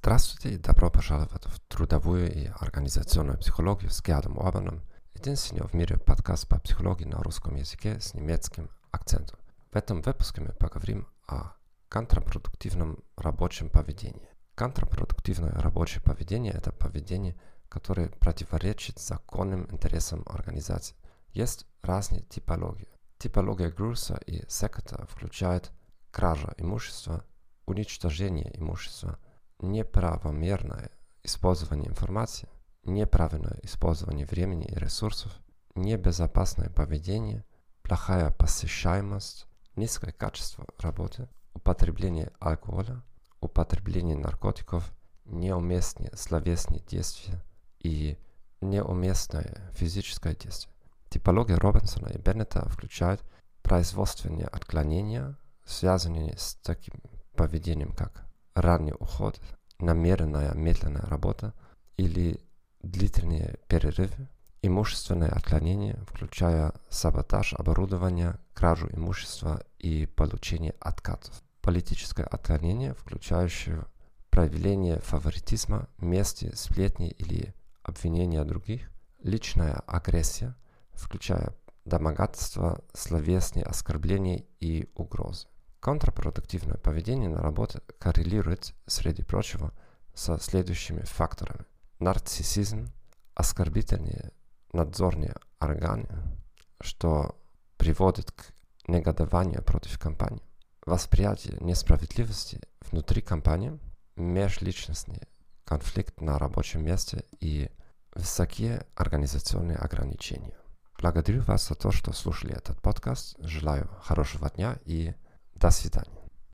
Здравствуйте и добро пожаловать в трудовую и организационную психологию с Гердом Орбаном, единственный в мире подкаст по психологии на русском языке с немецким акцентом. В этом выпуске мы поговорим о контрпродуктивном рабочем поведении. Контрпродуктивное рабочее поведение – это поведение, которое противоречит законным интересам организации. Есть разные типологии. Типология Груса и Секета включает кража имущества, уничтожение имущества, неправомерное использование информации, неправильное использование времени и ресурсов, небезопасное поведение, плохая посещаемость, низкое качество работы, употребление алкоголя, употребление наркотиков, неуместные словесные действия и неуместное физическое действие. Типология Робинсона и Беннета включает производственные отклонения, связанные с таким поведением, как ранний уход, намеренная медленная работа или длительные перерывы, имущественное отклонение, включая саботаж оборудования, кражу имущества и получение откатов. Политическое отклонение, включающее проявление фаворитизма, мести, сплетни или обвинения других, личная агрессия, включая домогательства, словесные оскорбления и угрозы. Контрпродуктивное поведение на работе коррелирует, среди прочего, со следующими факторами. Нарциссизм, оскорбительные надзорные органы, что приводит к негодованию против компании. Восприятие несправедливости внутри компании, межличностный конфликт на рабочем месте и высокие организационные ограничения. Благодарю вас за то, что слушали этот подкаст. Желаю хорошего дня и до свидания.